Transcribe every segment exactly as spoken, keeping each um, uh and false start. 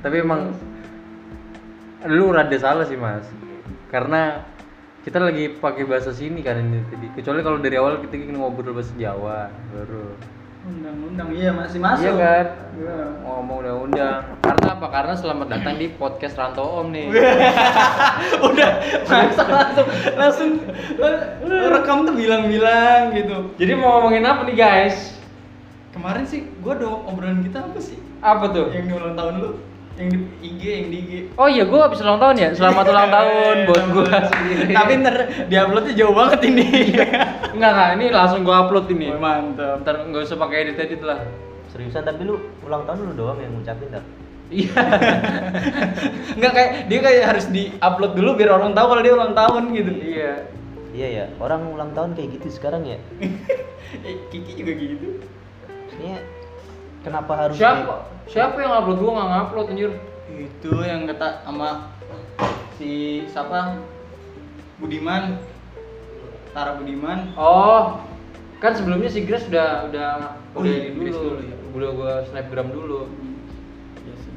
Tapi emang lu rada salah sih mas, karena kita lagi pakai bahasa sini kan ini tadi. Kecuali kalau dari awal kita ingin ngobrol bahasa Jawa baru. Undang-undang iya masih masuk. Iya kan? Iya. Ngomong undang-undang. Karena apa? Karena selamat datang di podcast Rantau Om nih. Udah langsung langsung langsung rekam tuh bilang-bilang gitu. Jadi mau ngomongin apa nih guys? Kemarin sih gua do obrolan kita apa sih? Apa tuh? Yang di ulang tahun lu, yang di I G, yang di I G. Oh iya, gue habis ulang tahun ya. Selamat ulang tahun buat gue sendiri. Tapi ntar diuploadnya jauh banget ini. Enggak enggak, ini langsung gue upload ini. Oh, mantap. Ntar nggak usah pakai edit edit lah. Seriusan tapi lu ulang tahun lu doang yang ngucapin dah. Iya. Enggak kayak dia kayak harus di-upload dulu biar orang tahu kalau dia ulang tahun gitu. Iya. Iya ya, orang ulang tahun kayak gitu sekarang ya. Eh, Kiki juga gitu. Ini kenapa harus Siapa? Siapa yang upload? Gue nggak ngupload anjir. Itu yang kata sama si siapa? Budiman. Tara Budiman. Oh, kan sebelumnya si Grace udah udah Oh, udah iya, ini Grace dulu. dulu, ya. Udah gue snapgram dulu. Iya sih.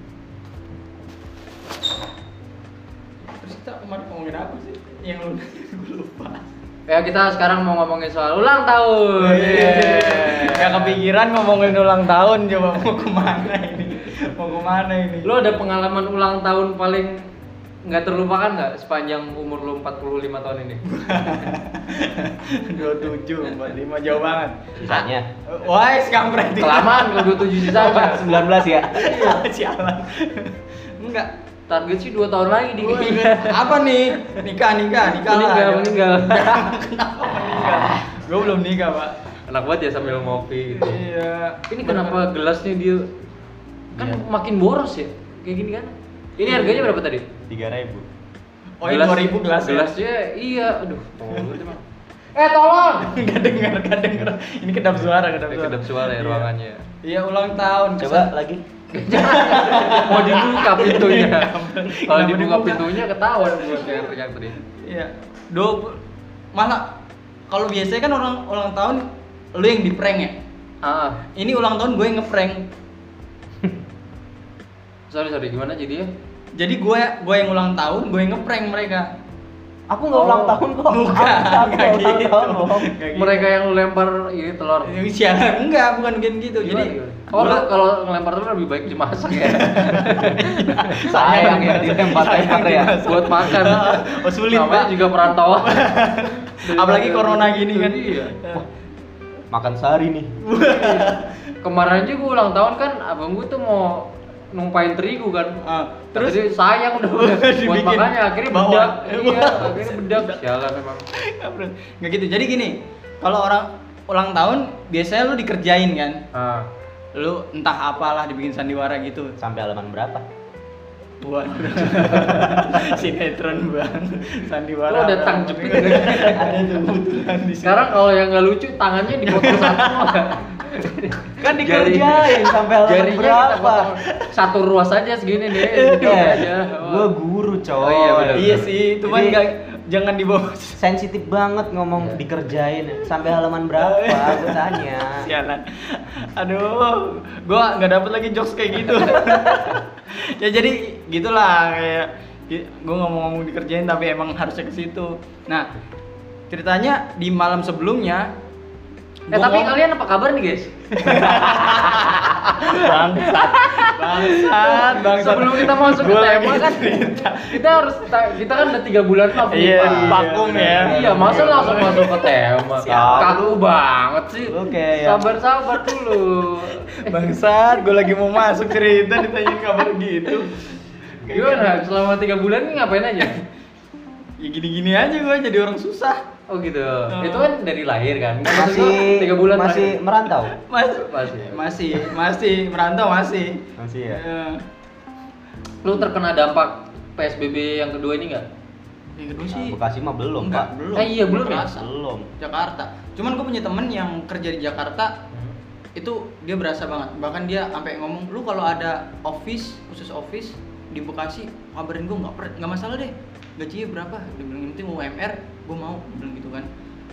Terus kita kemarin ngomongin apa sih? Yang lu gue lupa. Ya kita sekarang mau ngomongin soal ulang tahun. Yeah. Ya kepikiran ngomongin ulang tahun, coba mau kemana ini? Mau kemana ini? Lo ada pengalaman ulang tahun paling nggak terlupakan nggak sepanjang umur lo empat puluh lima tahun ini? dua puluh tujuh, empat puluh lima jauh banget. sisanya? Wah, kampret. Kelamaan kalau dua puluh tujuh sisa apa? sembilan belas ya? Iya, sialan. Enggak. Target sih dua tahun lagi di Apa nih? Nikah, nikah, nikah lah. meninggal, meninggal. Kenapa meninggal? Gue belum nikah, Pak. Enak banget ya sambil ngopi gitu. Iya. Ini kenapa gelasnya dia kan Iya. makin boros ya? Kayak gini kan? Ini harganya berapa tadi? tiga ribu. Oh, ini dua ribu gelas ya? Gelasnya iya, aduh. Tolong emang. Eh tolong. Enggak dengar, enggak dengar. Ini kedap suara, kedap Eh, suara. kedap suara ya Iya. ruangannya. Iya, ulang tahun. Coba lagi. Mau dibuka pintunya. Kalau Kenapa dibuka dibuka? pintunya ketahuan buat yang teriak tadi. Iya. Dua malah kalau biasanya kan orang ulang tahun lu yang di prank ya. Ah, Ini ulang tahun gue yang ngeprank. sorry sorry gimana jadi ya? Jadi gue gue yang ulang tahun, gue yang ngeprank mereka. Aku nggak Oh. ulang tahun kok. Bukan, Aku enggak nggak ulang gitu. tahun loh. Enggak gitu. Mereka yang lu lempar ini telur. Ya, sialan enggak, bukan kayak gitu. Gimana, Jadi gimana? oh gua- kalau ngelempar telur lebih baik dimasak ya. Sayang ya dilempar-lempar ya. Buat makan. Oh, sulit, Namanya Pak. juga perantauan. Apalagi corona gini kan. Iya. Makan sehari nih. Kemarin aja gue ulang tahun kan, abang gue tuh mau numpain terigu kan. Ah, Terus terus sayang udah buat Dibikin makannya akhirnya bawang. bedak. Iya, akhirnya bedak. Sialan memang. nggak gitu. Jadi gini, kalau orang ulang tahun biasanya lu dikerjain kan. Ah. Lu entah apalah dibikin sandiwara gitu. Sampai halaman berapa? Buat sinetron bang, sandiwara. Lu udah tang jepit. Ada tuh kebetulan di sini. Sekarang kalau yang nggak lucu tangannya dipotong satu. Kan dikerjain sampai halaman jarinya kita berapa? potong satu ruas aja segini deh. Gitu Eh, aja. gua guru coy. Oh, iya, bener. Iya sih, cuman Jadi- nggak jangan dibawa. Sensitif banget ngomong Iya. dikerjain sampai halaman berapa? Gua tanya. Sialan. Aduh, gua nggak dapet lagi jokes kayak gitu. Ya jadi gitulah kayak gua ngomong-ngomong dikerjain tapi emang harusnya ke situ. Nah, ceritanya di malam sebelumnya Eh gua tapi ngom- kalian apa kabar nih guys? bangsat, bangsat, bangsat. Sebelum kita masuk ke Gua tema lagi kan, cerita. kita harus ta- kita kan udah tiga bulan off nih, Iya, Pak. vakum ya. Iya, masa langsung masuk ke tema? Siap. Kaku banget sih. Oke, ya. Sabar-sabar dulu. Bangsat, gue lagi mau masuk cerita ditanyain kabar gitu. Gimana? Selama tiga bulan ini ngapain aja? Ya gini-gini aja gue jadi orang susah. Oh gitu. Oh. Itu kan dari lahir kan? Maksud gua Masih tiga bulan masih terakhir. merantau. Mas, Masih. masih, masih merantau masih. Masih ya. Eh, Lu terkena dampak P S B B yang kedua ini nggak? yang kedua Nah, sih Bekasi mah belum, enggak, Pak. belum. Eh, iya, belum ya? Kerasa. Belum. Jakarta. Cuman gue punya temen yang kerja di Jakarta, itu dia berasa banget. Bahkan dia sampai ngomong, lu kalau ada office khusus office di Bekasi kabarin gue, nggak per- nggak masalah deh, gajinya berapa? Dia bilang yang penting U M R gue mau, dia bilang gitu kan.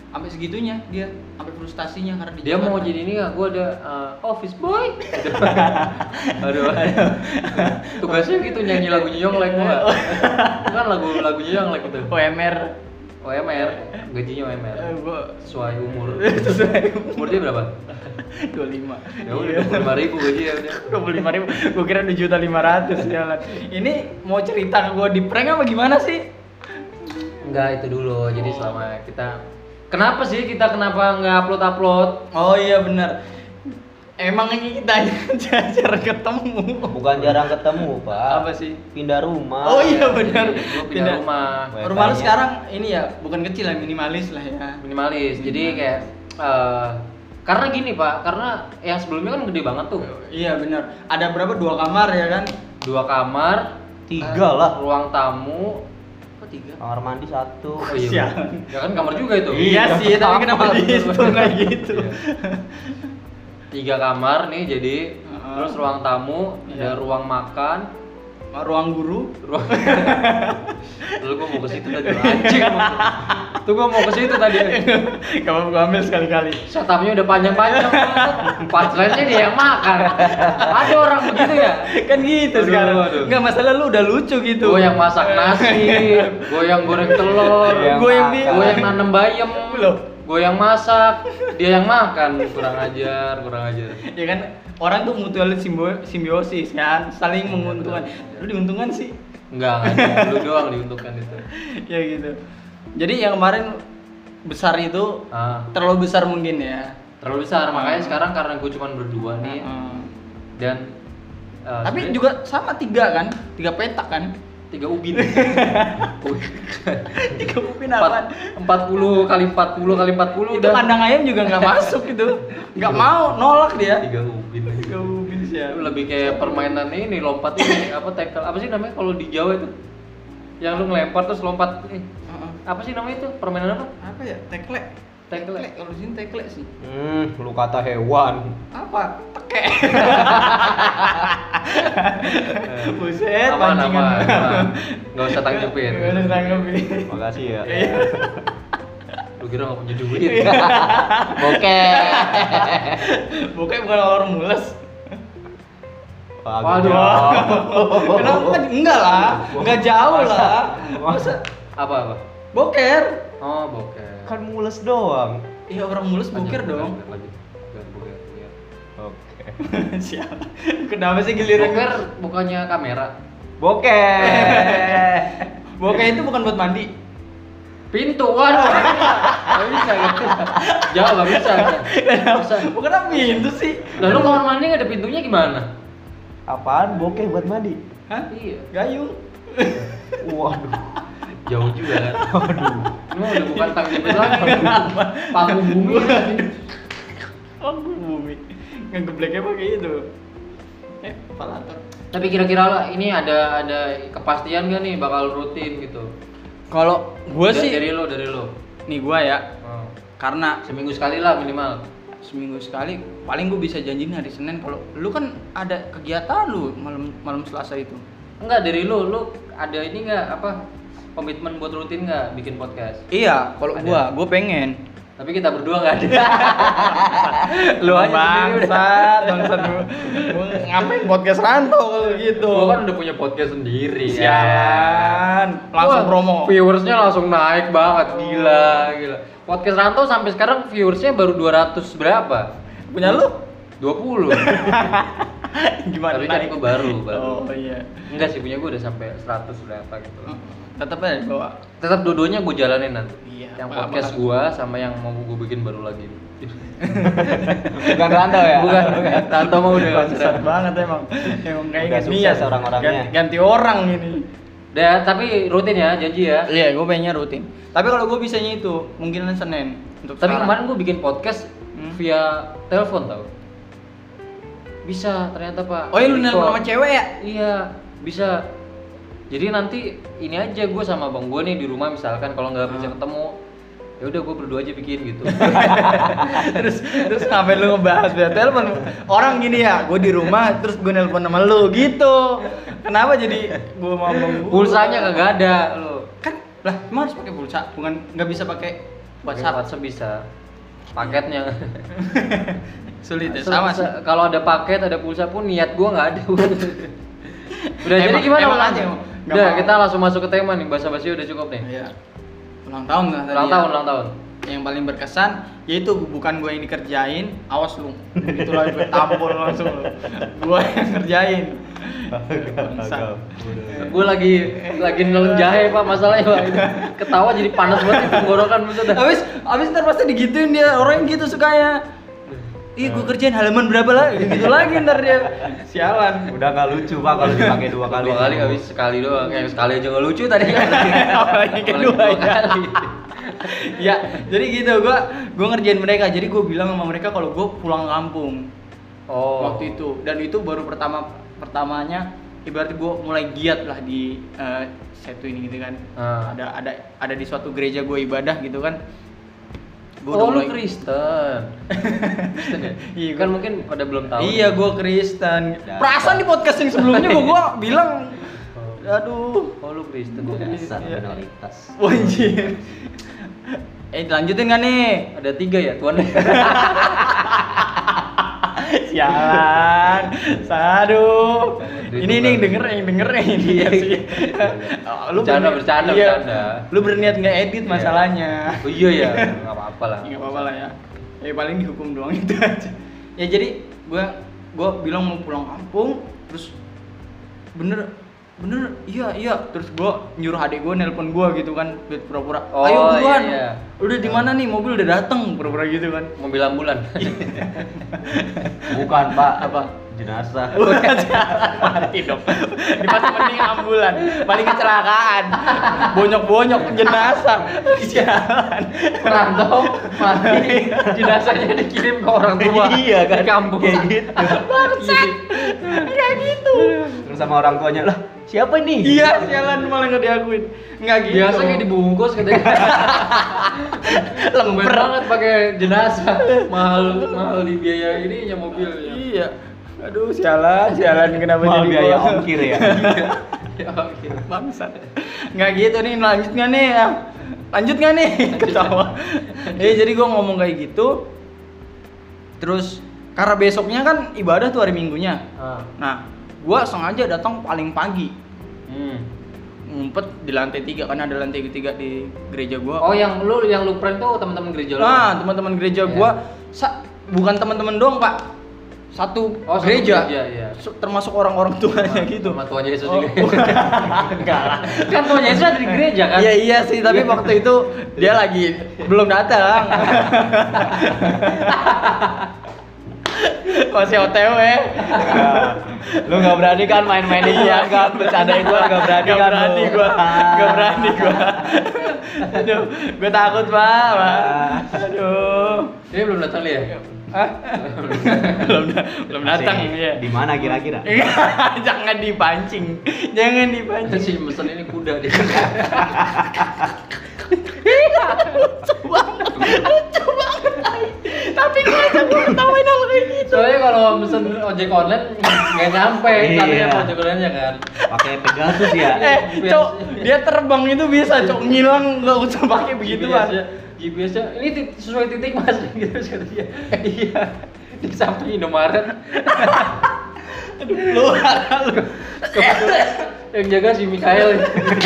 sampai segitunya dia, sampai frustasinya karena di Dia mau Jakarta. jadi ini nggak? Gue ada uh, office boy. aduh, aduh. Tugasnya gitu nyanyi lagunya Yonglek gua. Kan lagu lagunya Yonglek itu. O M R. O M R, gajinya O M R. Eh, gua Sesuai umur. sesuai Umur dia berapa? dua puluh lima. Ya udah dua puluh lima ribu gaji ya udah. dua puluh lima ribu, gue kira dua juta lima ratus jalan. Ini mau cerita gue di prank apa gimana sih? Enggak, itu dulu. Jadi selama kita kenapa sih kita kenapa nggak upload upload? Oh iya benar. Emang ini kita jarang ketemu. Bukan jarang ketemu, Pak. Apa sih? Pindah rumah. Oh iya benar. Gue pindah rumah Banyak Rumah lu tanya. sekarang ini ya bukan kecil lah, minimalis lah ya. minimalis. Jadi kayak eh, karena gini Pak, karena yang sebelumnya kan gede banget tuh. Iya benar. Ada berapa? Dua kamar ya kan? Dua kamar, Tiga lah. ruang tamu. Kok tiga? Kamar mandi satu. Oh iya. Sialan. Ya kan kamar juga itu. Iya sih, tapi kenapa Kamar. dihitung kayak gitu? Iya. Tiga kamar nih jadi Heeh. terus ruang tamu, Iya. ada ruang makan, Ruang guru. ruang Lalu gua mau ke situ tadi anjing. Tuh gua mau ke situ tadi. Kamu gua ambil sekali-kali. Setupnya udah panjang-panjang. Punchline-nya dia yang makan. Ada orang begitu ya? Kan gitu Aduh, sekarang. aduh. Enggak masalah lu udah lucu gitu. Gue yang masak nasi, gue yang goreng telur, Yang Gue yang makan. bilang. gue yang nanam bayam, Loh. gue yang masak, dia yang makan. Kurang ajar, kurang ajar. Ya kan orang tuh mutual simbio- simbiosis kan, saling menguntungkan. Lu diuntungkan sih. Enggak, enggak, lu doang diuntungkan itu. Ya gitu. Jadi yang kemarin besar itu Ah, terlalu besar mungkin ya. terlalu besar, makanya sekarang karena gue cuma berdua nih Heeh. dan eh, Tapi sebenarnya juga sama tiga kan, tiga petak kan. tiga ubin. Tiga upin Empat apaan? empat puluh kali empat puluh kali empat puluh Itu kandang ayam juga nggak masuk gitu, nggak mau, nolak dia. tiga ubin. Tiga upin sih ya. Itu lebih kayak permainan ini lompat ini apa tackle apa sih namanya kalau di Jawa itu yang lu ngelempar terus lompat eh, Heeh. apa sih namanya itu permainan apa Apa ya? Tekle. tackle Tekle, kalau di sini tekle sih. Hmm, lu kata hewan. Apa? Teke. Buset, aman pancingan. aman aman. Nggak usah tanggepin Nggak usah tanggepin. Makasih ya. lu kira nggak punya duit Oke. Bukan bukan orang mules. Waduh. Kenapa? Enggak lah, enggak jauh lah. Masa apa apa boker? oh boker Kan mules doang. Iya orang mulus boker Lanjut, dong. lanjut, lanjut. Boker, boker, boker. Oke. Siapa? Kenapa sih giliran Boker bukannya kamera Oke. Boker itu bukan buat mandi. pintu waduh nggak bisa nggak bisa jauh nggak bisa nggak bisa Bukan apa pintu sih? lalu kamar mandi nggak ada pintunya gimana Apaan bokeh buat mandi? Hah? iya Gayung. Waduh. jauh juga kan waduh ini mah udah bukan tanggepin lagi paku bumi Oh, bumi. Ngegebleknya pakai itu. Eh, palator. tapi kira-kira lah ini ada ada kepastian gak nih bakal rutin gitu Kalau gua Da- sih dari lo dari lo nih gua ya, oh. karena seminggu sekali lah minimal seminggu sekali paling gue bisa janjiin hari Senin. Kalau lu kan ada kegiatan lu malam malam Selasa itu. enggak dari lo lo ada ini nggak apa komitmen buat rutin nggak bikin podcast Iya, kalau Ada. gua gua pengen. tapi kita berdua nggak ada lu aja sendiri udah bangsat, bangsat gua. Gua ngapain podcast rantau kalau gitu. gua kan udah punya podcast sendiri ya Sialan, langsung Wah, promo. viewersnya langsung naik banget gila gila podcast Rantau sampai sekarang viewersnya baru dua ratus berapa Punya lu? dua puluh Gimana? tapi kan naik? itu baru baru Oh iya. enggak sih punya gua udah sampai seratus berapa gitu Tetap aja bawa. tetap dua-duanya gue jalanin nanti Iya, yang apa- podcast apa- gua sama yang mau gue bikin baru lagi Bukan rantau ya? bukan Rantau mau udah Bangsat banget emang. Emang kayak Udah gini sukses ya. orang-orangnya. Ganti, ganti orang ini. ya tapi rutin ya janji ya Iya, gue pengennya rutin. Tapi kalau gue bisanya itu mungkin Senin untuk tapi sekarang. kemarin gue bikin podcast Hmm. via telepon tau bisa ternyata pak Oh iya, lu nelpon Kok- sama cewek ya? iya bisa jadi nanti ini aja gue sama bang gue nih di rumah misalkan kalau nggak bisa Hmm. ketemu ya udah gue berdua aja bikin gitu terus terus ngapain lu ngebahas via telepon? Orang gini ya, gue di rumah terus gue nelpon sama lu gitu. Kenapa jadi gue mau ngomong pulsanya kagak ada lo kan lah emang harus pakai pulsa, bukan nggak bisa pakai Pakai WhatsApp. WhatsApp bisa. Paketnya. Sulit ya, Se- sama se- sih. Kalau ada paket, ada pulsa pun niat gua nggak ada. Udah jadi Emang- gimana emang ulang? aja, emang. Nggak Udah, mau. kita langsung masuk ke tema nih. Basa-basi udah cukup nih. Iya. Ulang tahun lah tadi. Ulang ya. tahun, ulang tahun. Yang paling berkesan yaitu bukan gue yang dikerjain, awas lu. Itulah gue tampol langsung lu. Gue yang ngerjain. Bangsat. Gue lagi lagi nelen jahe pak, masalahnya pak. Ketawa jadi panas banget di tenggorokan maksudnya. Habis habis ntar pasti digituin dia, orang yang gitu sukanya. Ih, gue kerjain halaman berapa lah? Gitu lagi ntar dia. Sialan. Udah nggak lucu pak kalau dipakai dua kali. Dua kali habis sekali doang, kayak sekali aja nggak lucu tadi kan. Apalagi kedua Apalagi dua ya. kali. Ya, jadi gitu gua gua ngerjain mereka. Jadi gua bilang sama mereka kalau gua pulang kampung Oh. waktu itu. Dan itu baru pertama pertamanya ibaratnya gua mulai giat lah di eh, Setu ini gitu kan. Ah. Ada ada ada di suatu gereja gua ibadah gitu kan. Gua Oh, lu mulai- Kristen. Kristen ya? Iya, Kan gua- mungkin pada belum tahu. Iya, gua Kristen. Dasar. Perasaan di podcast yang sebelumnya gua, gua bilang aduh, Oh, lu Kristen. Dasar Iya. minoritas. anjir. Eh, lanjutin kan nih? Ada tiga ya, Tuan. Sialan. Aduh. Itu Ini nih bukan. denger yang denger yang ini ya sih. Oh, lu Bercanda, berniat- bercanda, iya. bercanda. Lu berniat nggak edit masalahnya. Oh iya ya, nggak apa-apa lah. Nggak apa-apa lah ya. Ya paling dihukum doang itu aja. Ya jadi gua gua bilang mau pulang kampung, terus bener bener iya iya terus gua nyuruh adik gua nelpon gua gitu kan buat pura-pura Oh, ayo buruan iya, iya. udah di mana nih mobil udah dateng pura-pura gitu kan. Mobil ambulan. Bukan pak. Apa? Jenazah. Mati dong. Di pas mending ambulan, paling kecelakaan. Bonyok-bonyok jenazah. Jalan. Perantau mati, jenazahnya dikirim ke orang tua. Iya kan? Di kampung. Kayak gitu. Bangsat. Kayak gitu. Terus sama orang tuanya lah. Siapa nih? Iya, sialan malah nggak diakuin. Nggak gitu. Biasa kayak dibungkus katanya. Lemben Lemper. banget pakai jenazah. Mahal mahal di biaya ini ya mobil ya. Iya. Aduh, sialan, sialan kenapa Mahal jadi biaya gua? ongkir ya. Ya, oke. Bangsat. Nggak gitu nih, lanjut nggak nih ya? Lanjut nggak nih? Ketawa. Eh, jadi gua ngomong kayak gitu. Terus karena besoknya kan ibadah tuh hari Minggunya. Ah. Nah, gua sengaja datang paling pagi. Hmm. Ngumpet di lantai tiga kan ada lantai tiga di gereja gua. Oh, yang lu yang lu prank tuh teman-teman gereja lu. Nah, teman-teman gereja Iya. gua sa- bukan teman-teman doang, Pak. Satu Oh, satu gereja. gereja, iya. Su- Termasuk orang-orang tuanya Sama- gitu. Sama tuanya Yesus Oh, juga. enggak lah. Kan tuanya Yesus ada di gereja kan? Iya iya sih, tapi Iya. waktu itu dia lagi belum datang. Masih O T W. Lu nggak berani kan main-main itu Iya, kan? Bercandain gua nggak berani Gak kan? berani lu? gua. Gak berani gua. Aduh, gua takut, Pak. Pak. Aduh. Dia belum datang li ya? Hah? belum belum datang Masih ya. Di mana kira-kira? Jangan dipancing. Jangan dipancing. Si mesen ini kuda dia. Lucu banget. Lucu banget. Tapi gue aja gue ketawain hal kayak gitu. Soalnya kalau mesen ojek online nggak nyampe Iya. katanya ojek online-nya kan. Pakai Pegasus ya? Eh, cok, dia terbang itu bisa, cok, ngilang nggak usah pakai begituan. G P S-nya ini tit- sesuai titik mas gitu kata dia. Iya. Di samping Indomaret. Lu, lu. Kebetulan yang jaga si Mikael.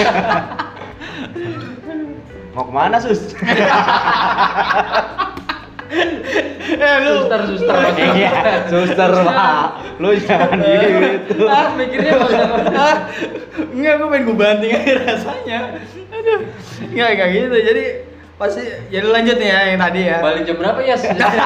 Mau kemana sus? Eh, lu. Suster suster. Iya, suster pak. Lu jangan gitu. Ah, mikirnya maksudnya. Ah, enggak, gue pengen gue banting aja rasanya. Aduh, enggak kayak gitu. Jadi pasti jadi lanjut nih ya yang tadi ya. Balik jam berapa ya?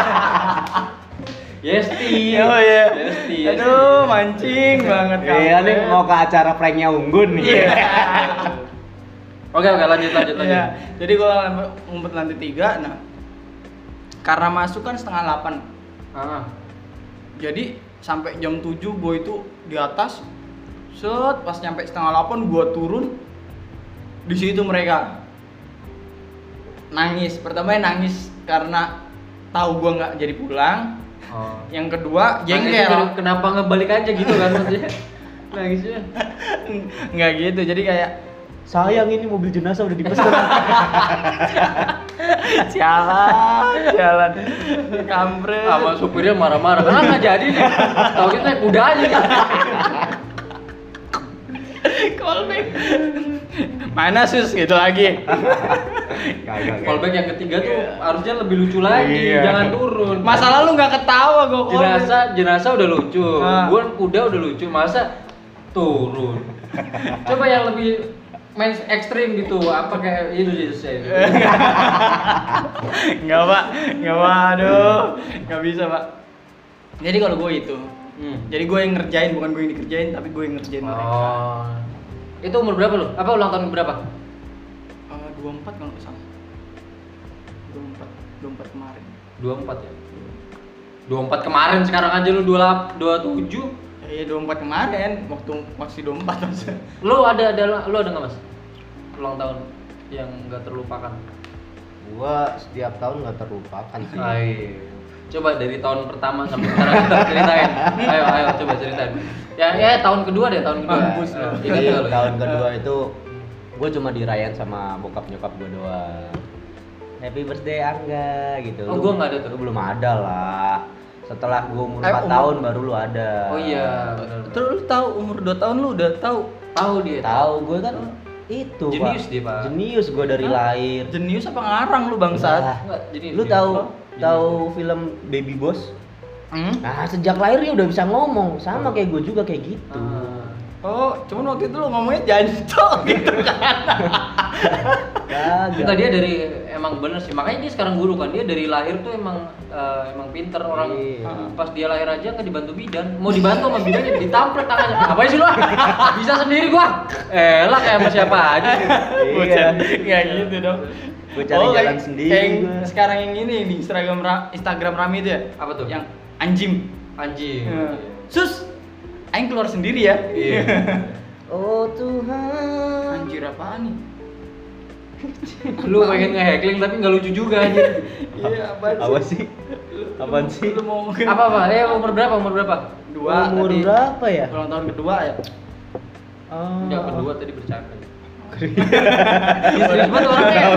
Yesti. Oh iya. Yesti. Aduh, mancing banget kamu. Iya nih mau ke acara pranknya Unggun nih. Iya. Oke oke lanjut lanjut lanjut. Iya. Jadi gua ngumpet lantai tiga. Nah, karena masuk kan setengah delapan. Ah. Jadi sampai jam tujuh gua itu di atas. Set, pas nyampe setengah delapan gua turun. Di situ mereka nangis. Pertama nangis karena tahu gua nggak jadi pulang. Oh. Yang kedua Nangisnya jengkel. kenapa ngebalik aja gitu kan maksudnya? Nangisnya. Nggak gitu. Jadi kayak sayang ini mobil jenazah udah dipesan. Jalan, jalan. Kampret. Sama supirnya marah-marah. Karena nggak jadi nih. Tahu kita naik kuda aja nih. Callback. Mana sus gitu lagi. Kagak. Callback yang ketiga tuh harusnya lebih lucu lagi, Iya. jangan turun. Masa lalu nggak ketawa gue. jenazah jenazah udah lucu, Ah. gua kuda udah lucu, masa turun. Coba yang lebih main ekstrim gitu, apa kayak itu sih saya. Nggak pak, nggak pak, aduh, nggak bisa pak. Jadi kalau gue itu, Hmm. jadi gue yang ngerjain, bukan gue yang dikerjain, tapi gue yang ngerjain mereka. Oh. Itu umur berapa lu? Apa ulang tahun berapa? Uh, dua puluh empat kalau nggak salah. dua puluh empat, dua puluh empat kemarin. dua puluh empat ya. dua puluh empat kemarin, sekarang aja lu dua puluh tujuh. Ya, iya dua puluh empat kemarin, waktu masih dua puluh empat maksudnya. Lu ada ada lu ada enggak Mas? Ulang tahun yang enggak terlupakan. Gua setiap tahun nggak terlupakan sih. Ayo. Coba dari tahun pertama sampai sekarang kita ceritain. Ayo, ayo coba ceritain. Ya, ya tahun kedua deh, tahun kedua. Mampus lu. Eh, ingat nggak lu? Tahun kedua itu gue cuma dirayain sama bokap nyokap gue doang. Happy birthday Angga gitu. Oh, Lu- gua nggak ada tuh. Lu belum ada lah. Setelah gue umur Eh, empat umur- tahun baru lu ada. Oh iya, benar. Terus lu tahu umur dua tahun lu udah tahu Tahu dia. Tahu gue kan itu Jenius Pak. dia, Pak. Jenius gue dari Hah? lahir. jenius apa ngarang lu bangsat? Lah, Enggak, jadi lu dia. tahu Oh, tahu film Baby Boss? Hmm? Nah, sejak lahirnya udah bisa ngomong, sama kayak gue juga kayak gitu. Ah. Oh, cuman waktu itu lu ngomongnya janto gitu kan. Kagak. Enggak, dia dari emang bener sih, makanya dia sekarang guru kan. Dia dari lahir tuh emang eh, emang pinter orang. Iya. Pas dia lahir aja nggak dibantu bidan, mau dibantu sama bidannya ditampret tangannya. Ngapain sih lu? Bisa sendiri gua. Eh lah kayak sama siapa aja. Iya. Enggak gitu dong. Gue cari Oh, jalan kayak- sendiri kayak yang gua. sekarang yang ini di Instagram ra- Instagram rame itu ya? Apa tuh? Yang anjing. Anjing. Eh, Sus, aing keluar sendiri ya. Iya. Oh Tuhan. Anjir apaan nih? Lu pengen nge-hackling tapi nggak lucu juga anjir. Iya, apaan Apa sih? Apaan sih? Lu mau Apa apa? Eh umur berapa? Umur berapa? Dua. Umur tadi. berapa ya? Ulang tahun kedua ya? Oh. Enggak, kedua tadi bercanda. Serius banget orangnya.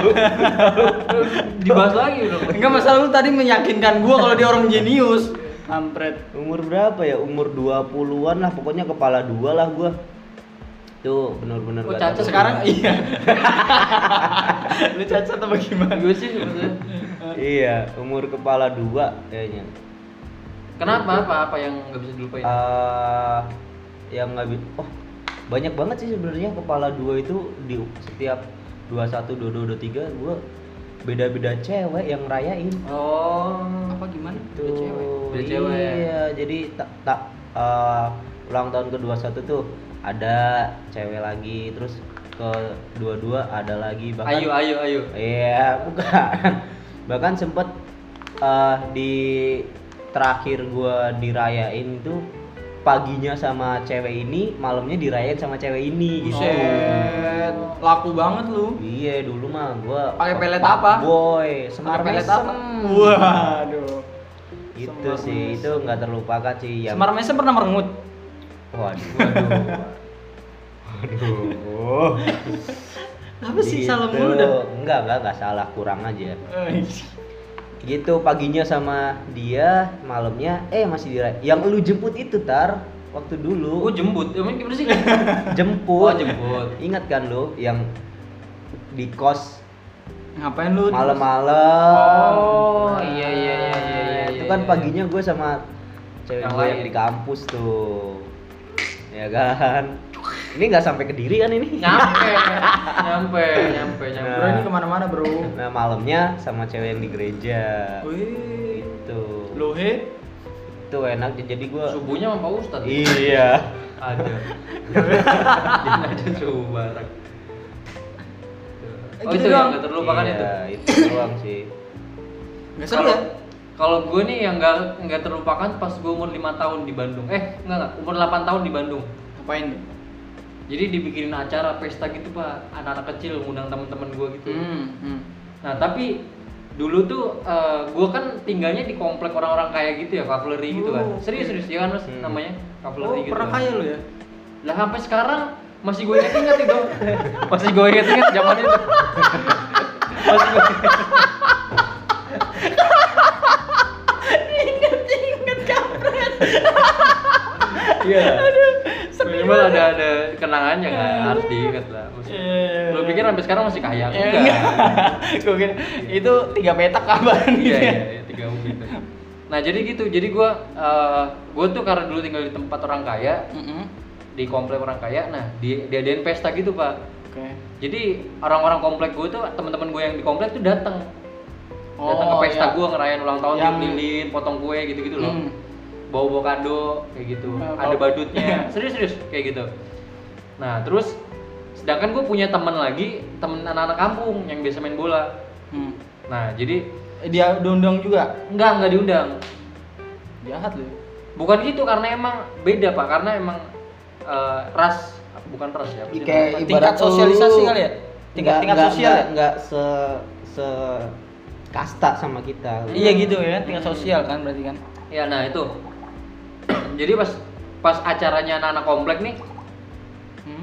Dibahas lagi dong. Enggak, masalah lu tadi meyakinkan gua kalau dia orang jenius. Kampret. Umur berapa ya? Umur dua puluhan lah, pokoknya kepala dua lah gua. Tuh bener-bener Oh, gak cacat tahu. Sekarang iya. Lu cacat apa gimana? Gue sih sebetulnya. Iya, umur kepala dua kayaknya. Kenapa? Apa apa yang nggak bisa dilupain? Eh, yang nggak bi- oh banyak banget sih sebenarnya kepala dua itu di setiap dua puluh satu, dua puluh dua, dua puluh tiga gua beda-beda cewek yang ngerayain. Oh. Apa gimana? Tuh, Ada cewek. Beda cewek. Iya, jadi tak tak eh, ulang tahun ke dua puluh satu tuh ada cewek lagi, terus ke dua puluh dua ada lagi, bahkan Ayo ayo ayo. iya bukan bahkan sempet eh, di terakhir gua dirayain itu paginya sama cewek ini, malamnya dirayain sama cewek ini gitu. Buset. Laku banget lu. Iya, dulu mah gua Pakai pelet Pak apa? Boy, Semar Pakai pelet Mesem. apa? Waduh. Itu Semar sih, Mesem. itu nggak terlupakan sih yang Semar Mesem pernah merengut. waduh, waduh. Waduh. Apa sih Gitu. salah mulu dah? Enggak, enggak, enggak salah, kurang aja. Eh, Gitu paginya sama dia, malamnya eh masih dirayain. Yang lu jemput itu Tar, waktu dulu. Oh jemput. Emang gimana sih? Jemput. Oh, jemput. Ingat kan lu yang di kos Ngapain lu? malam-malam? Oh, iya, iya, iya, iya, iya, Itu iya, kan iya. paginya gue sama cewek Yang gue yang lain. di kampus tuh. Ya kan? Ini nggak sampai ke diri kan ini? Nyampe, nyampe, nyampe, nyampe. Bro ini kemana-mana bro. Nah malamnya sama cewek yang di gereja. Wih. Itu. Lohe. Itu enak jadi gue. Subuhnya sama Pak Ustadz. Iya. Ada. Jangan ada subuh bareng. Eh, Oh gitu itu doang. yang nggak terlupakan itu. Iya, itu doang sih. Enggak seru Kalau ya? kalau gue nih yang nggak nggak terlupakan pas gue umur lima tahun di Bandung. Eh nggak nggak umur delapan tahun di Bandung. Ngapain nih? Jadi dibikinin acara pesta gitu pak, anak-anak kecil ngundang teman-teman gue gitu. Hmm, hmm. Nah tapi dulu tuh uh, gue kan tinggalnya di komplek orang-orang kaya gitu ya, Cavalry gitu kan. Oh, Serius serius ya kan mas Hmm. namanya Oh, Cavalry gitu. pernah kan. kaya lu ya? Lah sampai sekarang masih gue inget-inget itu. Masih gue inget-inget zaman itu. Masih gue Ingat-ingat kampret. Iya. Minimal ada ada kenangannya kan, harus diingat lah. Maksudnya, Iya. lu pikir sampai sekarang masih kaya? Eh, Enggak. Gue kira itu tiga petak kabar nih. Iya, iya, iya, tiga gitu. Nah jadi gitu, jadi gue uh, gue tuh karena dulu tinggal di tempat orang kaya, Mm-mm. di komplek orang kaya, nah di diadain pesta gitu pak. Oke. Jadi orang-orang komplek gue tuh, teman-teman gue yang di komplek tuh datang, datang ke Oh, pesta iya. gue ngerayain ulang tahun, Yang- tiup lilin, potong kue gitu-gitu loh, Hmm. bawa-bawa kado kayak gitu, Eh, ada bawa- badutnya, serius-serius kayak gitu. Nah terus, sedangkan gue punya teman lagi, temen anak-anak kampung yang biasa main bola. Hmm. Nah jadi Dia diundang juga. enggak enggak diundang. Jahat lu. Bukan gitu, karena emang beda pak, karena emang eh, ras, bukan ras ya. apa sih Kayak namanya? Tingkat ibarat sosialisasi lu- kali ya? Tingkat nggak- tingkat nggak- sosial nggak- ya? nggak se se kasta sama kita. Iya gitu ya, tingkat sosial kan berarti kan. Ya nah itu. Jadi pas pas acaranya anak-anak komplek nih, Hmm.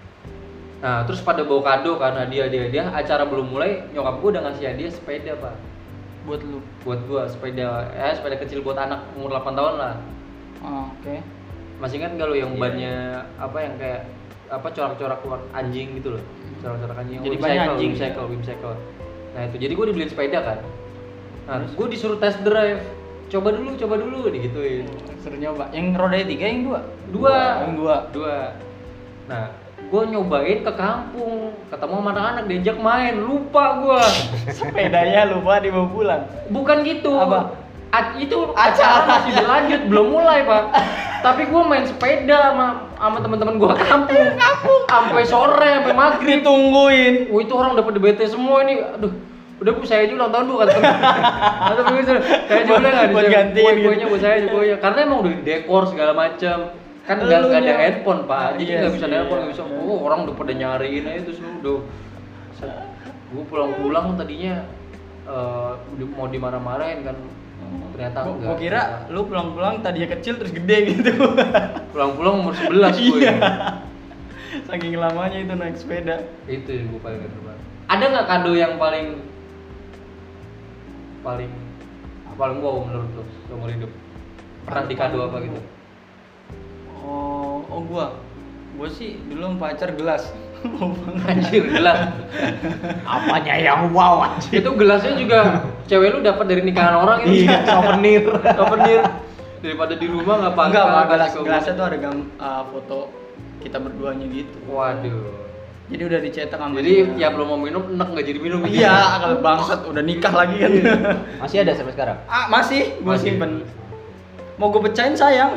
nah terus pada bawa kado kan, hadiah hadiah hadiah. Acara belum mulai, nyokap gue udah ngasih hadiah sepeda pak, Buat lu. buat gue sepeda, eh sepeda kecil buat anak umur delapan tahun lah. Oh, oke. Masih ingat nggak lo yang Iya. bannya apa yang kayak apa corak-corak keluar anjing gitu loh, corak-corak anjing. yang Jadi Wim banyak cycle, anjing. Wim cycle, Wim cycle. Nah itu, jadi gue dibeliin sepeda kan. Nah gue disuruh test drive, coba dulu, coba dulu, digituin. Seru nyoba. Yang rodanya tiga, yang dua? Dua, Yang dua. dua. Nah, gue nyobain ke kampung, ketemu sama anak-anak, diajak main, lupa gue. Sepedanya lupa dibawa pulang. Bukan gitu. Apa? A- itu Acara. acara masih berlanjut, belum mulai pak. Tapi gue main sepeda sama sama teman-teman gue kampung, kampung, sampai sore, sampai maghrib. Ditungguin. Wah itu orang dapat bete semua ini, aduh. Udah bu, saya aja ulang tahun bu kata temen. Kata temen gue, saya aja udah nggak Buat gantiin kue gitu. kuenya buat saya aja kuenya. Karena emang udah di dekor segala macam. Kan nggak nggak ada Elunya. handphone pak, jadi Iya nggak bisa sih, nelpon, iya. nggak bisa. Oh orang udah pada nyariin aja terus lu udah. Gue pulang-pulang tadinya eh, udah mau dimarah-marahin kan, ternyata Gua- enggak. Gua kira lu pulang-pulang tadinya kecil terus gede gitu. Pulang-pulang umur sebelas gue. Iya. Saking lamanya itu naik sepeda. Itu yang gue paling ingat banget. Ada nggak kado yang paling paling paling wow menurut lo seumur hidup? Pernah dikado apa gitu? Oh, oh gua. Gua sih dulu sama pacar gelas. Anjir, gelas. Apanya yang wow anjir. Itu gelasnya juga cewek lu dapat dari nikahan orang itu. Iya, souvenir. Souvenir. Daripada di rumah nggak pakai. Enggak, Pak, kasih gelas ke gua. gelasnya tuh ada gam uh, foto kita berduanya gitu. Waduh. Jadi udah dicetak sama Jadi dia. tiap lo mau minum enak nggak jadi minum. Iya, kalau bangsat udah nikah lagi kan. Masih ada sampai sekarang? Ah, masih gua Masih. simpen. Mau gua pecahin sayang.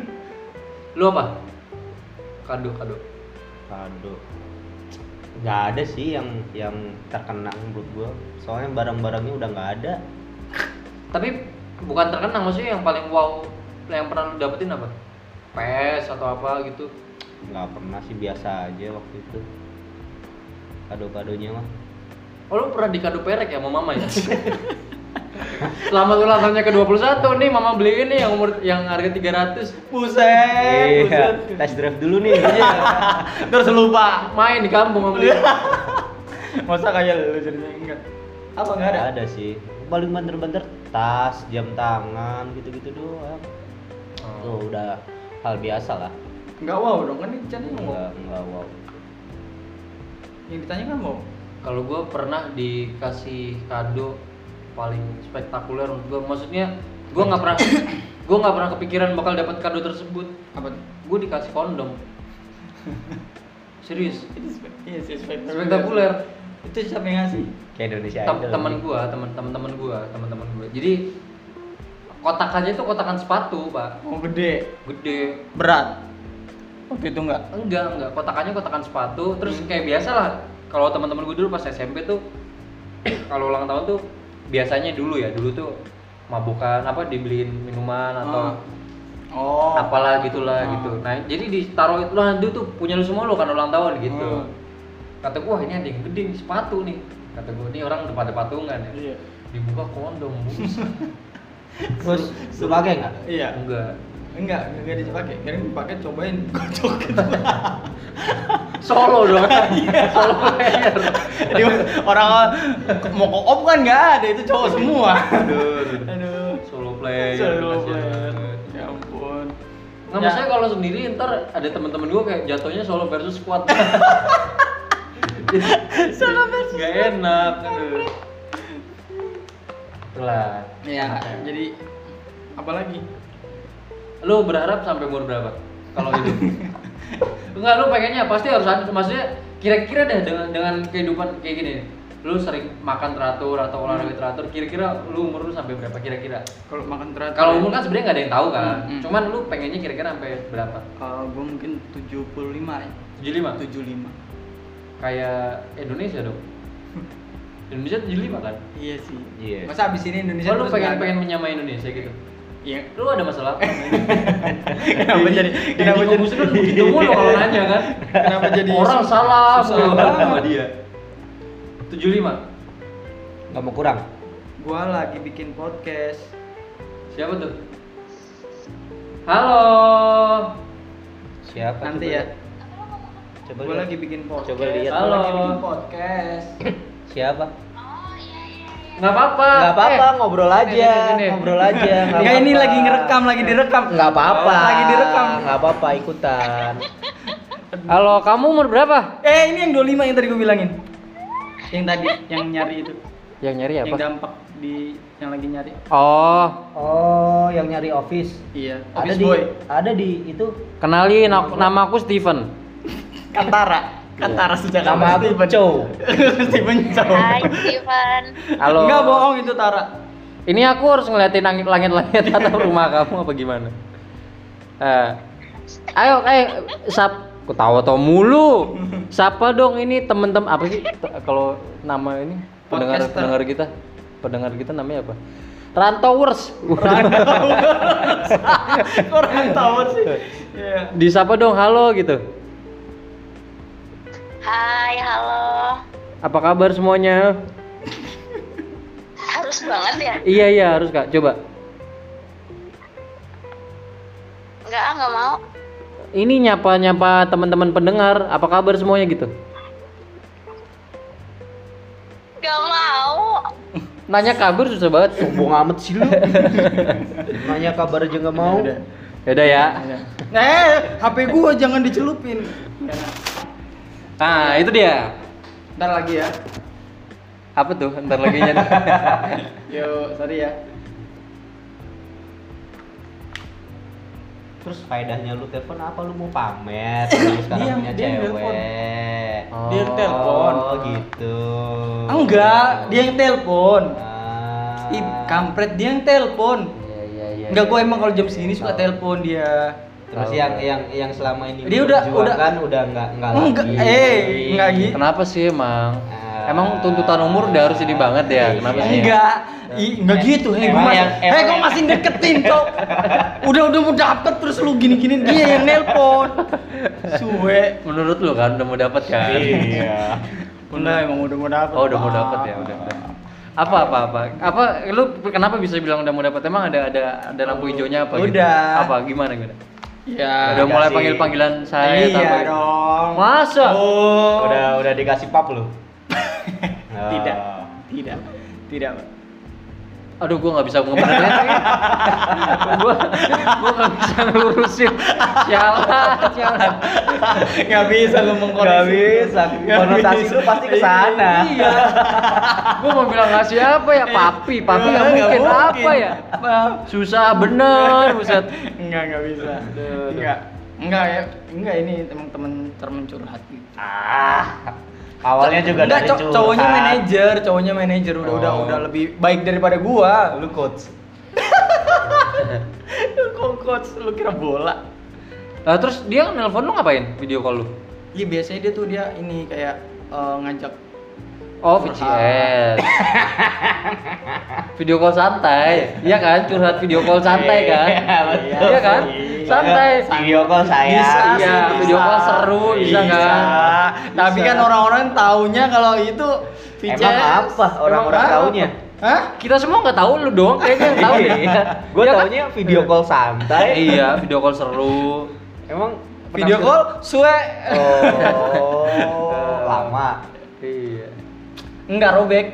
Lu apa? Kado kado. Kado. Nggak ada sih yang yang terkenang menurut gua. Soalnya barang-barangnya udah nggak ada. Tapi bukan terkenang, maksudnya yang paling wow yang pernah lu dapetin apa? P S atau apa gitu? Nggak pernah sih, biasa aja waktu itu. Kado-kadonya mah. Oh lu pernah dikado perek ya sama mama ya? Selamat ulang tahunnya ke dua puluh satu nih, mama beli ini yang umur yang harga tiga ratus. Buset, Iya, buset. test drive dulu nih. Terus lupa. Main di kampung sama beli. Masa kayak lu ceritanya enggak? Apa enggak ada? Nggak ada sih. Paling banter-banter tas, jam tangan, gitu-gitu doang. Tuh udah hal biasa lah. Enggak wow dong, kan dicari wow. Enggak, enggak wow. Yang ditanya kan wow. Kalau gue pernah dikasih kado paling spektakuler menurut gue, maksudnya gue nggak pernah gue nggak pernah kepikiran bakal dapat kado tersebut. Apa tuh? Gue dikasih kondom. Serius. Itu spek- iya sih spektakuler. Spektakuler. Itu siapa yang ngasih? Kayak Indonesia Tem- Idol. teman gua, teman teman teman gua, teman-teman gua. Jadi kotakannya itu kotakan sepatu, Pak. Oh gede, Gede. berat. Waktu itu enggak. Enggak, enggak. Kotakannya kotakan sepatu. Terus kayak biasa lah. Kalau teman-teman gua dulu pas S M P tuh kalau ulang tahun tuh biasanya dulu ya, dulu tuh mabukan apa dibeliin minuman atau Oh. apalah gitulah Oh. gitu. Nah, jadi ditaruh itu lah itu tuh punya lu semua lo kan ulang tahun gitu. Oh. Kata gua ini ada yang gede nih sepatu nih. Kata gua ini orang udah pada patungan ya. Iya. Dibuka kondom. Buset. Terus lu pakai nggak? Iya. Enggak. Enggak, enggak dipakai. Kirain dipakai cobain kocok gitu. Solo dong. Solo player. Jadi orang mau co-op kan enggak ada, itu cowok semua. Aduh. Aduh. Solo player. Solo kasihan player. banget. Ya ampun. Nggak, Ya. maksudnya kalau sendiri ntar ada teman-teman gue kayak jatuhnya solo versus squad. Solo versus nggak enak. Aduh. Itulah. Ya, jadi apa lagi? Lu berharap sampai umur berapa? Kalau itu? Enggak, lu pengennya pasti harus ada, maksudnya kira-kira deh dengan dengan kehidupan kayak gini. Lu sering makan teratur atau olahraga teratur, kira-kira lu umur lu sampai berapa kira-kira? Kalau makan teratur. Kalau umur kan sebenarnya nggak ada yang tahu kan. Hmm, hmm. Cuman lu pengennya kira-kira sampai berapa? uh, gue mungkin tujuh puluh lima ya. tujuh puluh lima? tujuh puluh lima. Kayak Indonesia dong. Indonesia tujuh puluh lima kan? Iya sih. Iya. Masa abis ini Indonesia Oh, lu terus pengen nggak ada? pengen menyamai Indonesia gitu? Iya. Lu ada masalah apa? Kenapa jadi kenapa jadi Kamu kan begitu mulu kalau nanya kan? Kenapa jadi Orang sus- salah susah mulu banget. sama dia. tujuh puluh lima. Nggak mau kurang. Gua lagi bikin podcast. Siapa tuh? Halo. Siapa? Nanti coba ya. lihat. Coba Gua lihat. lagi bikin podcast. Coba lihat. Gua lagi Halo. bikin podcast. Siapa? Nggak apa-apa. Nggak apa-apa, Eh, ngobrol sini, aja, sini, sini. ngobrol aja. nggak Enggak, ini apa-apa. lagi ngerekam, lagi direkam. Nggak apa-apa. Lagi direkam. Nggak apa-apa, ikutan. Halo, kamu umur berapa? Eh, ini yang dua puluh lima yang tadi gua bilangin. Yang tadi yang nyari itu. Yang nyari apa? Yang dampak di yang lagi nyari. Oh, Oh, yang nyari office. Iya, Ada office di, boy. ada di itu. kenalin aku, nama aku Steven. Kantara. Kantara sejak Nama aku Chow. Steven Chow. Hai Steven. Halo. Enggak bohong itu Tara. Ini aku harus ngeliatin langit- langit-langit atau rumah kamu apa gimana? Eh, ayo, ayo, sap, ketawa tau mulu. Siapa dong ini temen-temen apa sih T- kalau nama ini pendengar Podcaster. pendengar kita, pendengar kita namanya apa? Rantowers. Orang tahu sih. Iya. Disapa dong, halo gitu. Hai, halo. Apa kabar semuanya? Harus banget ya? Iya iya harus kak, coba. Enggak, ah, enggak mau. Ini nyapa-nyapa teman-teman pendengar, apa kabar semuanya gitu? Enggak mau. Nanya kabar susah banget. Sombong amat sih lu. Nanya kabar aja nggak mau. Udah. Yaudah ya. Eh, H P gua jangan dicelupin. Nah itu dia. Ntar lagi ya. Apa tuh? Ntar lagi nya. Yo, sorry ya. Terus faedahnya lu telepon apa, lu mau pamer? Lu sekarang Dia- punya dia yang cewek. Dia yang telepon. Oh gitu. Enggak, dia yang telepon. Ah. Ih, kampret dia yang telepon. Iya iya iya. Enggak, gua emang kalau jam segini suka telepon dia. Terus yang yang yang selama ini Dia lu udah- perjuangkan udah nggak nggak lagi. Enggak, eh, enggak gitu. Kenapa sih emang? Ah. Emang tuntutan umur udah harus ini banget ya? Kenapa sih? Enggak, Ih, enggak gitu. Hei, gua Emang masih, yang- hei, emang gua yang- masih deketin, Cok. Udah udah mau dapet terus lu gini-gini dia yang nelpon. Suwe. Menurut lu kan udah mau dapat kan? Iya. Udah emang udah mau dapet. Oh udah mau dapat ya udah. udah. Apa apa apa? Apa lu kenapa bisa bilang udah mau dapat? Emang ada ada ada lampu hijaunya apa gitu? Udah. Apa gimana gimana? Ya. udah mulai dikasih. panggil-panggilan saya Iya apa? dong. Masa? Oh. Udah udah dikasih pap lu. Tidak. Oh. Tidak. Tidak. Aduh gua nggak bisa ngebenerin lagi. gua gua nggak bisa ngelurusin. Sialan, sialan. Enggak bisa lu mengkoreksi. Nggak bisa. Nggak Konotasi bisa. lu pasti ke sana. Iya. Gua mau bilang nggak siapa ya, papi, papi nggak Nggak mungkin apa mungkin. ya? Susah bener, buset. Enggak, enggak bisa. Aduh, aduh. Enggak. Enggak ya. Enggak, ini teman-teman teman curhat gitu. Ah. Awalnya juga Enggak, dari cow- cowoknya curhat. manajer, cowoknya manajer udah udah Oh. udah lebih baik daripada gua. Lu coach. Lu kok coach, lu kira bola. Nah, terus dia nelpon lu ngapain? Video call lu? Iya, biasanya dia tuh dia ini kayak eh, ngajak Oh, V C S. Video call santai. Iya kan? Curhat video call santai kan? Iya, Iya kan? Santai. Video call saya. Bisa Iya, sih, video bisa. call seru, bisa kan? Tapi Bisa. kan orang-orang taunya kalau itu V C S. Emang apa orang-orang Emang taunya? Hah? Kita semua nggak tahu, lu doang kayaknya yang tahu deh. Iya. Gue Ya kan? taunya video call santai. Iya, video call seru. Emang Video call suwe. Oh, lama. Iya. Enggak robek.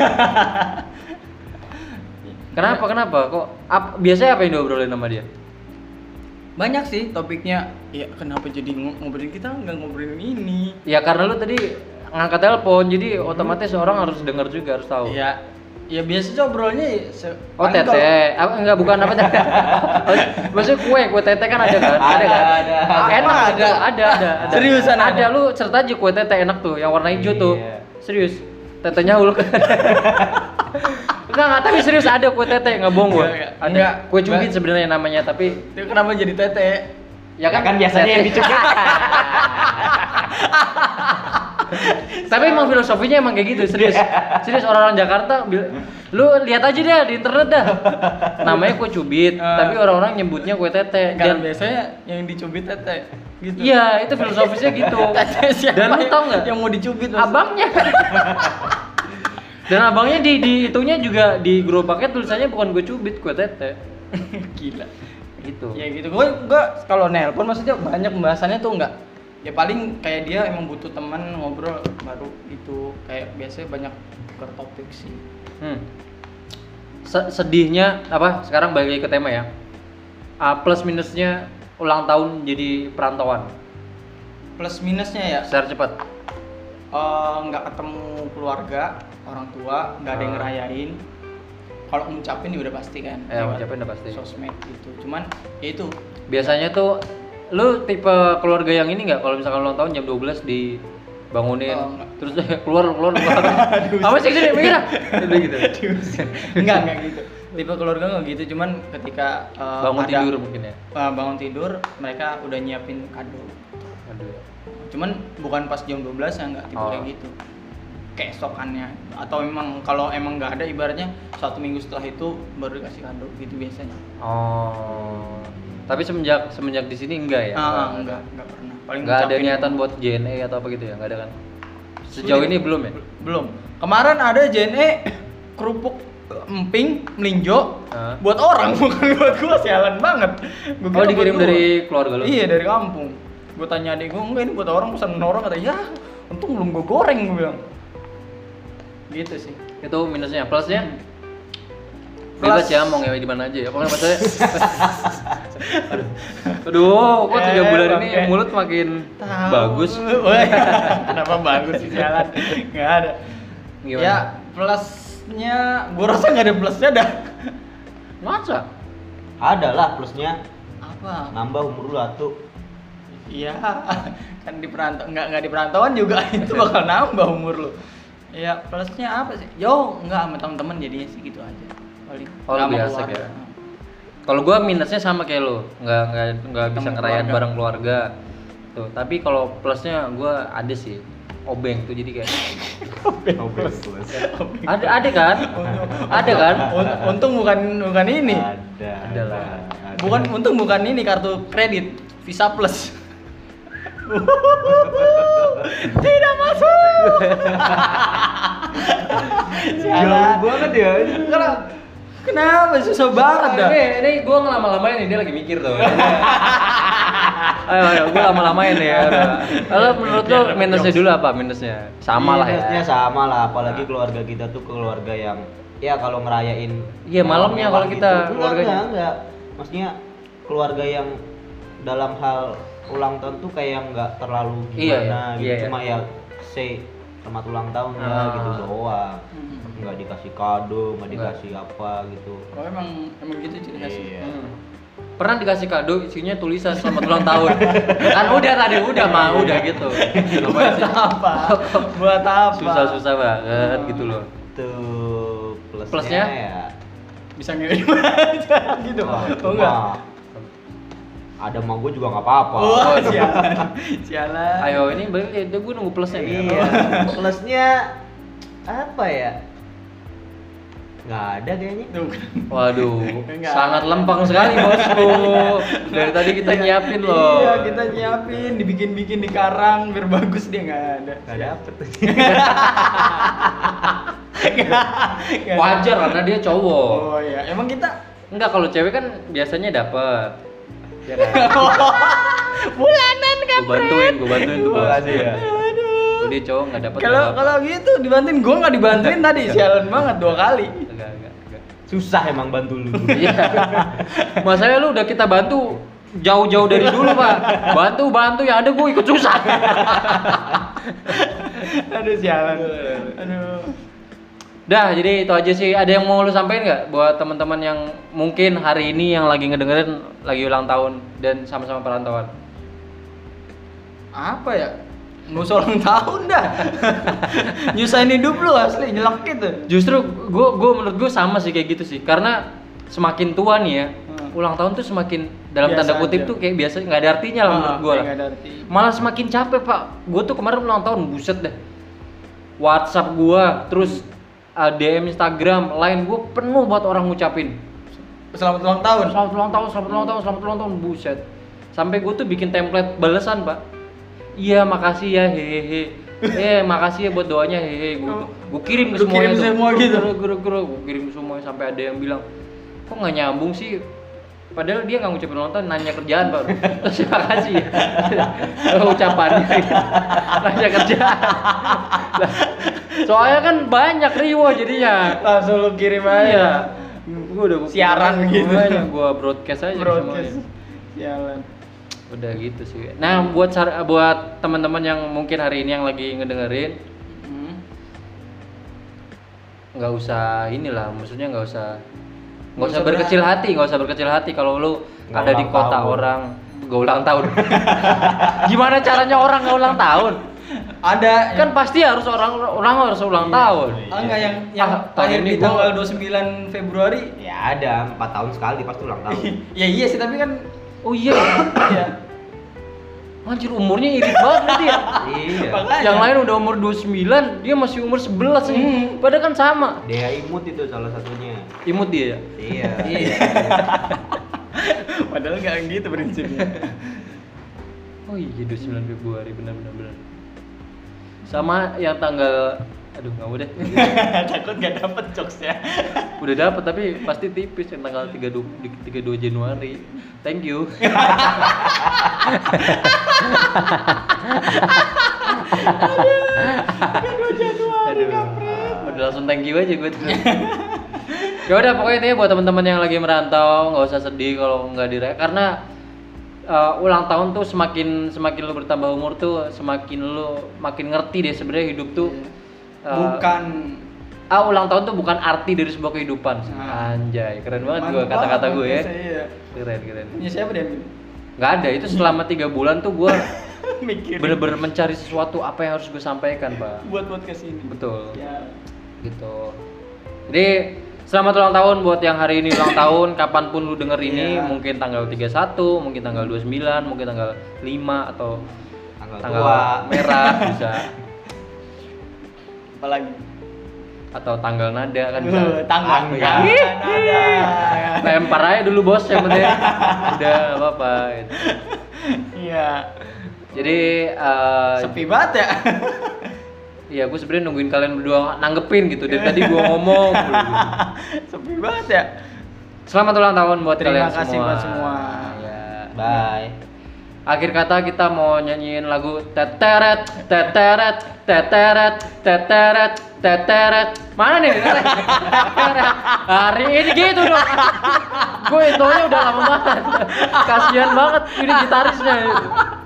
Kenapa kenapa kok ap, biasanya apa yang diobrolin sama dia? Banyak sih topiknya. Ya kenapa jadi ng- ngobrolin kita nggak ngobrolin ini? Ya karena lu tadi ngangkat telepon, jadi otomatis orang harus dengar juga, harus tahu. Ya, ya biasa sih obrolnya se- Oh paling tete, apa enggak bukan apa tete? Oh, maksudnya kue, kue tete kan ada kan? Ada, kan? ada, Ah, enak ada. ada, ada, ada, ada. Seriusan ada. ada? Lu cerita aja kue tete enak tuh, yang warna hijau tuh. Iya. Serius. Tetenya huluk. Enggak, enggak, tapi serius ada kue tete, enggak bohong gua. Enggak, enggak. Ada Enggak. kue cubit Enggak. sebenarnya namanya, tapi Dia kenapa jadi tete? ya kan, kan biasanya yang dicubit. Tapi emang filosofinya emang kayak gitu, serius. Serius orang-orang Jakarta bil- lu lihat aja deh di internet dah. Namanya kue cubit, Ah. tapi orang-orang nyebutnya kue tete. Karena Dan biasanya yang dicubit tete. Gitu. iya, itu filosofisnya gitu. Tete siapa Dan lu yang- tau nggak? yang mau dicubit? maksud- Abangnya. Dan abangnya di di itunya juga di gerobaknya tulisannya bukan kue cubit, kue tete. Gila. Gitu. Ya gitu. Gue gua kalau nelpon maksudnya banyak pembahasannya tuh enggak. Ya paling kayak dia emang butuh teman ngobrol baru gitu. Kayak biasanya banyak tukar topik sih. Hmm. Se- sedihnya apa? Sekarang balik lagi ke tema ya. Ah, plus minusnya ulang tahun jadi perantauan. Plus minusnya ya Secara cepat. eh, nggak ketemu keluarga, orang tua, nggak ada yang Ah. ngerayain. Kalau ngucapin ya udah pasti kan. Ya, lewat ngucapin udah pasti. Sosmed gitu. Cuman ya itu Biasanya tuh lu tipe keluarga yang ini nggak? Kalau misalkan ulang tahun jam dua belas dibangunin, Oh, enggak. terus keluar keluar keluar. Apa sih sini mikir? Udah gitu. enggak enggak gitu. Tipe keluarga nggak gitu. Cuman ketika eh, Bangun ada- tidur mungkin ya. eh, bangun tidur mereka udah nyiapin kado. Aduh. Cuman bukan pas jam dua belas ya nggak tipe Oh. kayak gitu. Keesokannya atau memang kalau emang nggak ada ibaratnya satu minggu setelah itu baru dikasih kado gitu biasanya. Oh. Tapi semenjak semenjak di sini enggak ya? Ah, enggak, enggak pernah. Paling Enggak ada ngucapin niatan doang. buat J N E atau apa gitu ya? Enggak ada kan? Sejauh ini belum ya? Belum. Kemarin ada J N E kerupuk emping melinjo Hah? buat orang bukan buat gua, sialan banget. Gua kira Oh, buat dikirim gua. dari keluarga lu? Iya, dari kampung. Gua tanya adik gua, enggak ini buat orang, pesan orang, kata ya untung belum gua goreng, gua bilang. Gitu sih. Itu minusnya. Plusnya? Plus. Bebas ya mau ngewe di mana aja ya. Pokoknya maksudnya. Aduh. Aduh, kok tiga Eh, bulan ini bangke. mulut makin Tahu. bagus. Woi, kenapa bagus sih sialan? Enggak ada. Gimana? Ya, plusnya gua rasa nggak ada plusnya dah. Masa? Ada lah plusnya, Apa? nambah umur lu atuh. Iya, kan di perantau nggak nggak di perantauan juga itu bakal nambah umur lu. Ya plusnya apa sih? Yo nggak sama teman-teman jadinya sih gitu aja. Paling. Oh, Nggak sama biasa keluarga. ya. Kalau gua minusnya sama kayak lo, nggak nggak nggak bisa Ketemu ngerayain keluarga. bareng keluarga. Tuh, tapi kalau plusnya gua ada sih, obeng tuh jadi kayak ada ada kan? Ada kan? Un- Untung bukan bukan ini. Ada. Ada lah. ada. Bukan untung bukan ini kartu kredit Visa Plus. Tidak masuk. Jauh banget ya. Kenapa? Kenapa susah banget dah? Ini, ini gue ngelama-lamain nih, dia lagi mikir tuh. Ayo, ayo, gue lama-lamain nih ya. Lalu menurut lo minusnya dulu apa minusnya? Sama lah Minusnya ya. sama lah, apalagi keluarga kita tuh keluarga yang ya kalau ngerayain Iya, malamnya kalau kita gitu. keluarganya. enggak, enggak, enggak. Maksudnya keluarga yang dalam hal ulang tahun tuh kayak nggak terlalu Iya, gimana iya, gitu, iya, cuma ya say selamat ulang tahun ya Ah. gitu doang. Hmm. Nggak dikasih kado, nggak Nggak. dikasih apa gitu. Oh emang emang gitu ciri khasnya. Iya. Hmm. Pernah dikasih kado isinya tulisan selamat ulang tahun. Kan udah tadi udah mah udah gitu. Ngapain Buat sih? apa? Buat apa? Susah-susah banget gitu loh. Tuh plusnya, Plusnya? ya. Bisa ngirim aja gitu. Wah, Oh enggak. mah, ada mau gue juga nggak apa-apa. Oh, sialan. Sialan. Ayo ini balik ya, gue nunggu plusnya nih. Iya. Plusnya apa ya? Nggak ada kayaknya. Tuh. Waduh, Enggak. sangat lempeng sekali bosku. Dari tadi kita nyiapin loh. Iya, kita nyiapin, dibikin-bikin di karang biar bagus dia nggak ada. Nggak dapet. Wajar karena dia cowok. Oh iya, emang kita Enggak, kalau cewek kan biasanya dapet. Ya kan? bulanan kan. Gue bantuin, gue bantuin tuh bos. Makasih ya. Kalau dia cowok nggak dapet. Kalau kalau gitu dibantuin, gua nggak dibantuin tadi, sialan banget dua kali. Enggak, enggak, enggak. Susah emang bantu lu. Iya. Masalahnya lu udah kita bantu jauh-jauh dari dulu pak. Bantu, bantu yang ada gue ikut susah. Aduh sialan. Aduh. Dah, jadi itu aja sih. Ada yang mau lu sampein nggak buat teman-teman yang mungkin hari ini yang lagi ngedengerin lagi ulang tahun dan sama-sama perantauan? Apa ya? Nggak usah ulang tahun dah. Nyusahin hidup lu asli, nyelak gitu. Justru gue gue menurut gue sama sih kayak gitu sih. Karena semakin tua nih ya, Hmm. ulang tahun tuh semakin dalam Biasa tanda kutip aja. tuh kayak biasa nggak ada artinya lah menurut gue lah. Nggak ada arti. Malah semakin capek pak. Gue tuh kemarin ulang tahun, buset deh. WhatsApp gue, terus uh, D M Instagram, Line gue penuh buat orang ngucapin Selamat ulang tahun. selamat ulang tahun, selamat ulang tahun, selamat ulang tahun, buset. Sampai gue tuh bikin template balesan pak. Iya makasih ya hehehe. Eh makasih ya buat doanya hehehe. Gue gue kirim ke Lu semuanya. kirim tuh. semua gitu? Gue kirim ke semuanya sampai ada yang bilang kok nggak nyambung sih. Padahal dia nggak ngucapin ulang tahun, nanya kerjaan pak. Terus makasih ya. Ucapannya gitu. Nanya kerjaan. Lah, soalnya kan banyak riwo jadinya. Langsung lu kirim aja. Iya. Gue udah gua Siaran gitu. Gue broadcast aja Broadcast. semuanya. Sialan. Udah gitu sih. Nah, buat sar- buat teman-teman yang mungkin hari ini yang lagi ngedengerin, Hmm. nggak usah inilah, maksudnya nggak usah nggak Nggak usah usah berkecil hati, nggak usah berkecil hati kalau lu Nggak ada di ulang kota tahun. orang nggak ulang tahun. Gimana caranya orang nggak ulang tahun? Ada Kan pasti harus orang orang harus ulang Iya. tahun. Ah, enggak yang yang Ah, tahun lahir ini di gua- tanggal dua puluh sembilan Februari. Ya ada empat tahun sekali pasti ulang tahun. Ya iya sih, tapi kan Oh iya. iya. Anjir umurnya irit banget berarti ya. Iya. Makanya. Yang lain udah umur dua puluh sembilan, dia masih umur sebelas nih. Hmm. Padahal kan sama. Dia imut itu salah satunya. Imut dia ya? Iya. Iya. Padahal enggak gitu prinsipnya. Oh iya dua puluh sembilan Februari benar-benar benar. Sama yang tanggal aduh nggak udah. Takut enggak dapet jokesnya. Udah dapat tapi pasti tipis yang tanggal tiga puluh dua, tiga puluh dua Januari. Thank you. Aduh, udah langsung thank you aja gue tuh. Ya udah pokoknya intinya buat teman-teman yang lagi merantau nggak usah sedih kalau nggak dirayain karena uh, ulang tahun tuh semakin semakin lu bertambah umur tuh semakin lu makin ngerti deh sebenarnya hidup tuh uh, Bukan ah ulang tahun tuh bukan arti dari sebuah kehidupan. Nah. Anjay, keren banget mantap gua kata-kata banget gue ya. bisa, iya. Keren keren. Punya siapa dia? Nggak ada itu selama tiga bulan tuh gua Mikir bener-bener mencari sesuatu apa yang harus gue sampaikan pak. buat podcast ini. Betul. Ya. Gitu. Jadi selamat ulang tahun buat yang hari ini ulang tahun, kapanpun lu denger ini, Iya. mungkin tanggal tiga puluh satu, mungkin tanggal dua puluh sembilan, mungkin tanggal lima atau Tanggal, tanggal tua. merah bisa Apalagi atau tanggal nada kan bisa. Uh, tangan Tangan. ada. Lempar aja dulu bos yang penting. Udah nggak apa-apa gitu. Iya. Jadi eh Sepi banget ya. iya gue sebenarnya nungguin kalian berdua nanggepin gitu dari tadi gue ngomong gitu. Sepi banget ya. Selamat ulang tahun buat Terima kalian kasih semua. buat semua. Ya. Bye. Akhir kata kita mau nyanyiin lagu teteret teteret teteret teteret teteret. Mana nih? Teteret. Hari ini gitu dong. Gue intronya udah lama banget. Kasihan banget ini gitarisnya.